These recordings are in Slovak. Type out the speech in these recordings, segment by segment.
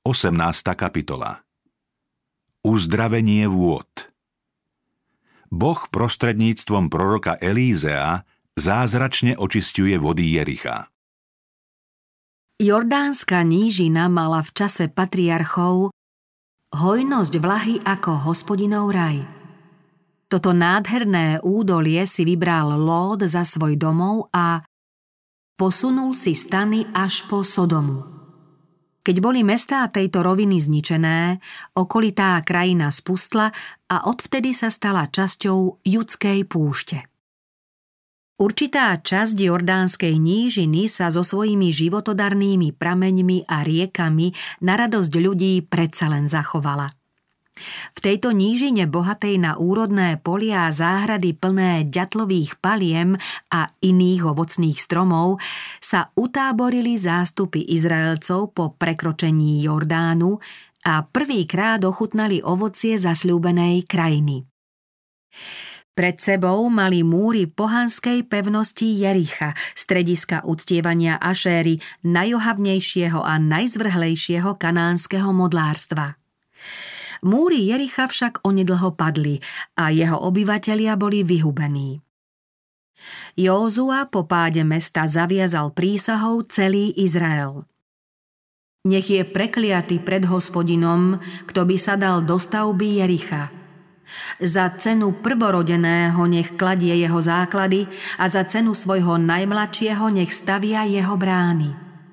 18. kapitola. Uzdravenie vôd. Boh prostredníctvom proroka Elízea zázračne očisťuje vody Jericha. Jordánska nížina mala v čase patriarchov hojnosť vlahy ako Hospodinov raj. Toto nádherné údolie si vybral Lót za svoj domov a posunul si stany až po Sodomu. Keď boli mestá tejto roviny zničené, okolitá krajina spustla a odvtedy sa stala časťou Judskej púšte. Určitá časť Jordánskej nížiny sa so svojimi životodarnými prameňmi a riekami na radosť ľudí predsa len zachovala. V tejto nížine bohatej na úrodné polia a záhrady plné ďatlových paliem a iných ovocných stromov sa utáborili zástupy Izraelcov po prekročení Jordánu a prvýkrát ochutnali ovocie zasľúbenej krajiny. Pred sebou mali múry pohanskej pevnosti Jericha, strediska uctievania Ašéry, najohavnejšieho a najzvrhlejšieho kanánskeho modlárstva. Múry Jericha však onedlho padli a jeho obyvatelia boli vyhubení. Józua po páde mesta zaviazal prísahou celý Izrael. Nech je prekliaty pred Hospodinom, kto by sa dal do stavby Jericha. Za cenu prvorodeného nech kladie jeho základy a za cenu svojho najmladšieho nech stavia jeho brány.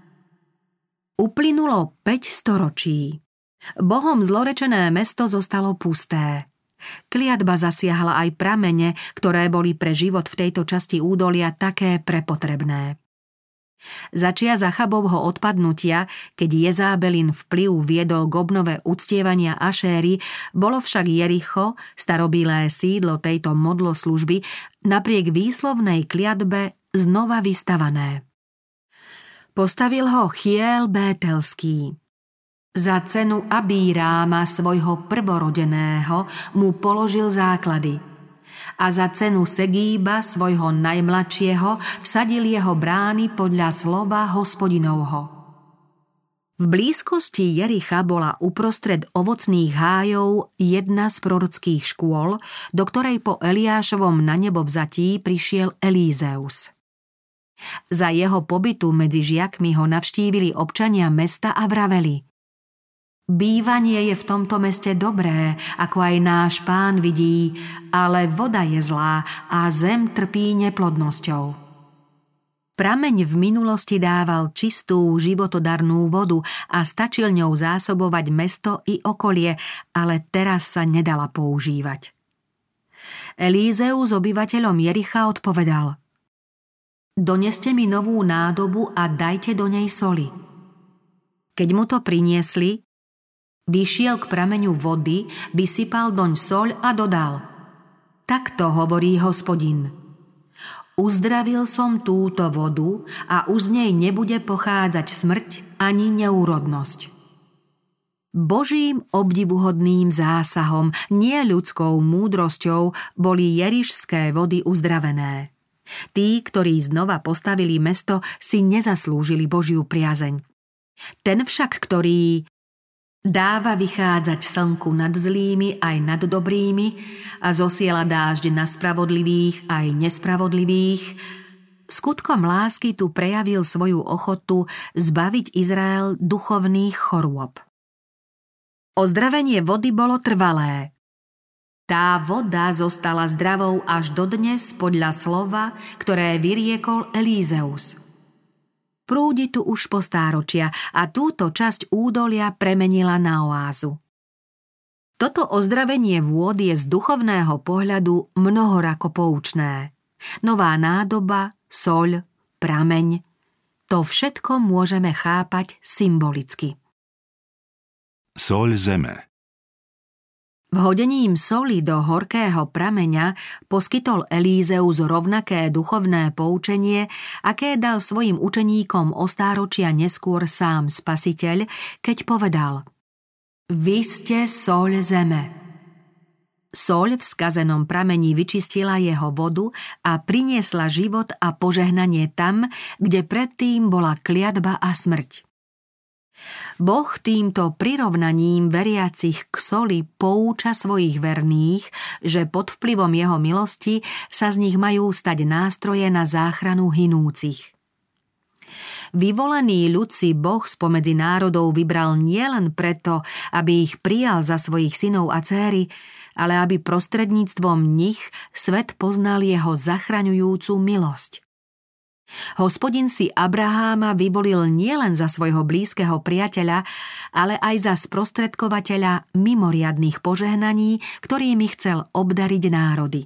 Uplynulo 5 storočí. Bohom zlorečené mesto zostalo pusté. Kliatba zasiahla aj pramene, ktoré boli pre život v tejto časti údolia také prepotrebné. Začias Achabovho odpadnutia, keď Jezábelin vplyv viedol k obnove uctievania Ašéry, bolo však Jericho, starobilé sídlo tejto modloslužby, napriek výslovnej kliatbe znova vystavané. Postavil ho Chiel Bételský. Za cenu Abíráma, svojho prvorodeného, mu položil základy a za cenu Segíba, svojho najmladšieho, vsadil jeho brány podľa slova Hospodinovho. V blízkosti Jericha bola uprostred ovocných hájov jedna z prorockých škôl, do ktorej po Eliášovom na nebo vzatí prišiel Elízeus. Za jeho pobytu medzi žiakmi ho navštívili občania mesta a vraveli: Bývanie je v tomto meste dobré, ako aj náš Pán vidí, ale voda je zlá a zem trpí neplodnosťou. Prameň v minulosti dával čistú životodarnú vodu a stačil ňou zásobovať mesto i okolie, ale teraz sa nedala používať. Elízeus obyvateľom Jericha odpovedal: Doneste mi novú nádobu a dajte do nej soli. Keď mu to priniesli, vyšiel k prameňu vody, vysypal doň soľ a dodal: Takto hovorí Hospodin. Uzdravil som túto vodu a už z nej nebude pochádzať smrť ani neúrodnosť. Božím obdivuhodným zásahom, nie ľudskou múdrosťou, boli jerišské vody uzdravené. Tí, ktorí znova postavili mesto, si nezaslúžili Božiu priazeň. Ten však, ktorý dáva vychádzať slnku nad zlými aj nad dobrými a zosiela dážď na spravodlivých aj nespravodlivých, skutkom lásky tu prejavil svoju ochotu zbaviť Izrael duchovných chorôb. Ozdravenie vody bolo trvalé. Tá voda zostala zdravou až dodnes podľa slova, ktoré vyriekol Elízeus. Prúdi tu už po stáročia a túto časť údolia premenila na oázu. Toto ozdravenie vôd je z duchovného pohľadu mnohorako poučné. Nová nádoba, soľ, prameň, to všetko môžeme chápať symbolicky. Soľ zeme. Vhodením soli do horkého prameňa poskytol Elízeus rovnaké duchovné poučenie, aké dal svojim učeníkom o stáročia neskôr sám Spasiteľ, keď povedal: Vy ste soľ zeme. Soľ v skazenom prameni vyčistila jeho vodu a priniesla život a požehnanie tam, kde predtým bola kliatba a smrť. Boh týmto prirovnaním veriacich k soli pouča svojich verných, že pod vplyvom jeho milosti sa z nich majú stať nástroje na záchranu hynúcich. Vyvolený ľud si Boh spomedzi národov vybral nielen preto, aby ich prijal za svojich synov a dcéry, ale aby prostredníctvom nich svet poznal jeho zachraňujúcu milosť. Hospodin si Abraháma vyvolil nielen za svojho blízkeho priateľa, ale aj za sprostredkovateľa mimoriadnych požehnaní, ktorými chcel obdariť národy.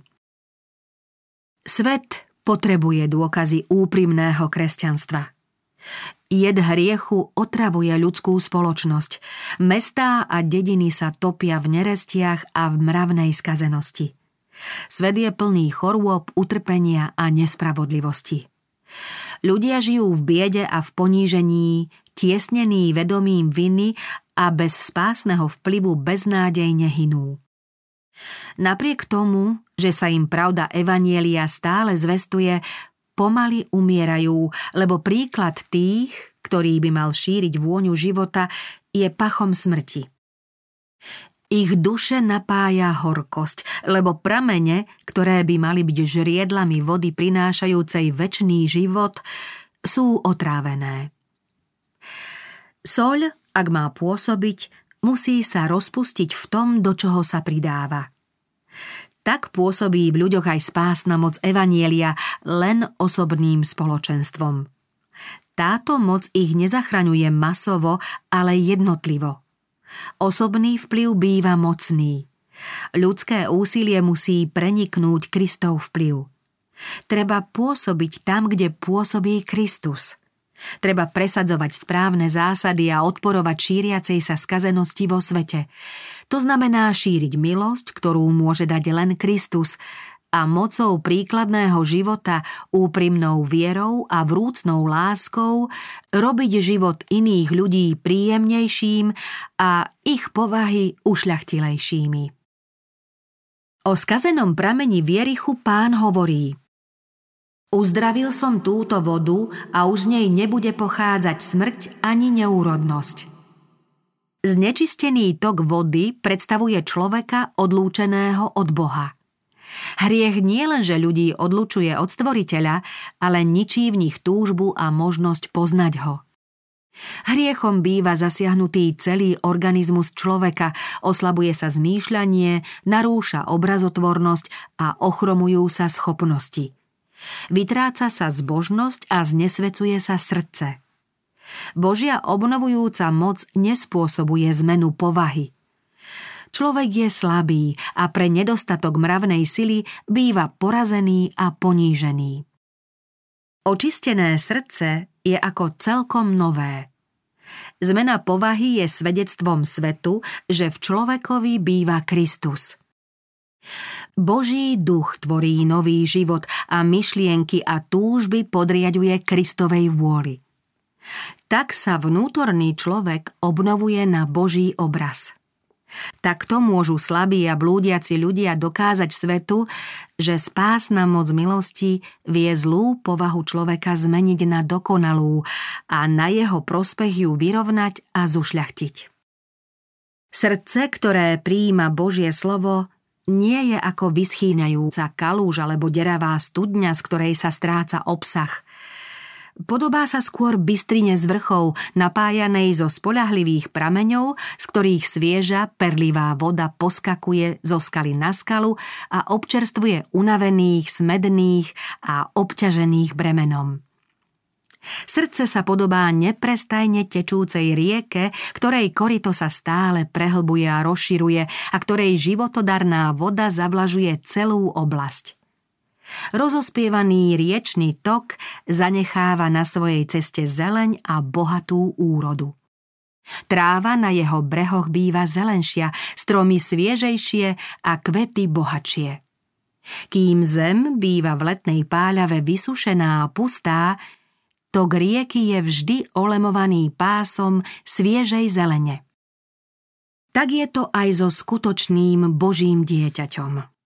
Svet potrebuje dôkazy úprimného kresťanstva. Jed hriechu otravuje ľudskú spoločnosť. Mestá a dediny sa topia v nerestiach a v mravnej skazenosti. Svet je plný chorôb, utrpenia a nespravodlivosti. Ľudia žijú v biede a v ponížení, tiesnení vedomím viny a bez spásneho vplyvu beznádejne hynú. Napriek tomu, že sa im pravda evanjelia stále zvestuje, pomaly umierajú, lebo príklad tých, ktorý by mal šíriť vôňu života, je pachom smrti. Ich duše napája horkosť, lebo pramene, ktoré by mali byť žriedlami vody prinášajúcej večný život, sú otrávené. Soľ, ak má pôsobiť, musí sa rozpustiť v tom, do čoho sa pridáva. Tak pôsobí v ľuďoch aj spásna moc evanjelia len osobným spoločenstvom. Táto moc ich nezachraňuje masovo, ale jednotlivo. Osobný vplyv býva mocný. Ľudské úsilie musí preniknúť Kristov vplyv. Treba pôsobiť tam, kde pôsobí Kristus. Treba presadzovať správne zásady a odporovať šíriacej sa skazenosti vo svete. To znamená šíriť milosť, ktorú môže dať len Kristus, a mocou príkladného života, úprimnou vierou a vrúcnou láskou robiť život iných ľudí príjemnejším a ich povahy ušľachtilejšími. O skazenom prameni v Jerichu Pán hovorí: Uzdravil som túto vodu a už z nej nebude pochádzať smrť ani neúrodnosť. Znečistený tok vody predstavuje človeka odlúčeného od Boha. Hriech nielenže ľudí odlučuje od Stvoriteľa, ale ničí v nich túžbu a možnosť poznať ho. Hriechom býva zasiahnutý celý organizmus človeka, oslabuje sa zmýšľanie, narúša obrazotvornosť a ochromujú sa schopnosti. Vytráca sa zbožnosť a znesvecuje sa srdce. Božia obnovujúca moc nespôsobuje zmenu povahy. Človek je slabý a pre nedostatok mravnej sily býva porazený a ponížený. Očistené srdce je ako celkom nové. Zmena povahy je svedectvom svetu, že v človekovi býva Kristus. Boží duch tvorí nový život a myšlienky a túžby podriaďuje Kristovej vôli. Tak sa vnútorný človek obnovuje na Boží obraz. Takto môžu slabí a blúdiaci ľudia dokázať svetu, že spásna moc milosti vie zlú povahu človeka zmeniť na dokonalú a na jeho prospech ju vyrovnať a zušľachtiť. Srdce, ktoré prijíma Božie slovo, nie je ako vyschýňajúca kalúž alebo deravá studňa, z ktorej sa stráca obsah. Podobá sa skôr bystrine z vrchov, napájanej zo spoľahlivých prameňov, z ktorých svieža, perlivá voda poskakuje zo skaly na skalu a občerstvuje unavených, smedných a obťažených bremenom. Srdce sa podobá neprestajne tečúcej rieke, ktorej koryto sa stále prehlbuje a rozširuje a ktorej životodarná voda zavlažuje celú oblasť. Rozospievaný riečny tok zanecháva na svojej ceste zeleň a bohatú úrodu. Tráva na jeho brehoch býva zelenšia, stromy sviežejšie a kvety bohatšie. Kým zem býva v letnej páľave vysušená a pustá, tok rieky je vždy olemovaný pásom sviežej zelene. Tak je to aj so skutočným Božím dieťaťom.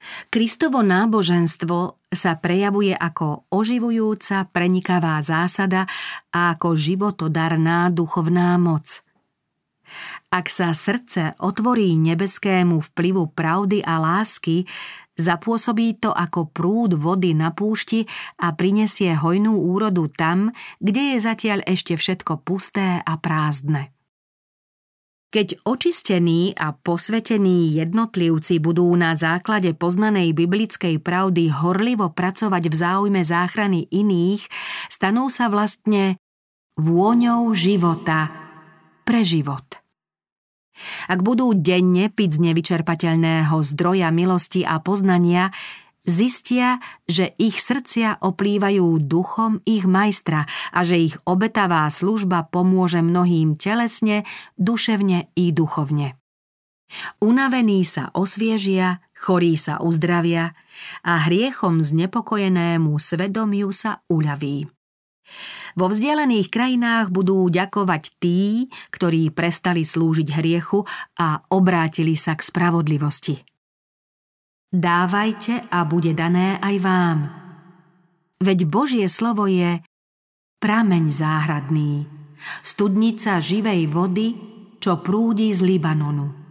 Kristovo náboženstvo sa prejavuje ako oživujúca, prenikavá zásada a ako životodarná duchovná moc. Ak sa srdce otvorí nebeskému vplyvu pravdy a lásky, zapôsobí to ako prúd vody na púšti a prinesie hojnú úrodu tam, kde je zatiaľ ešte všetko pusté a prázdne. Keď očistení a posvetení jednotlivci budú na základe poznanej biblickej pravdy horlivo pracovať v záujme záchrany iných, stanú sa vlastne vôňou života pre život. Ak budú denne piť z nevyčerpateľného zdroja milosti a poznania, zistia, že ich srdcia oplývajú duchom ich majstra a že ich obetavá služba pomôže mnohým telesne, duševne i duchovne. Unavení sa osviežia, chorí sa uzdravia a hriechom znepokojenému svedomiu sa uľaví. Vo vzdialených krajinách budú ďakovať tí, ktorí prestali slúžiť hriechu a obrátili sa k spravodlivosti. Dávajte a bude dané aj vám. Veď Božie slovo je prameň záhradný, studnica živej vody, čo prúdi z Libanonu.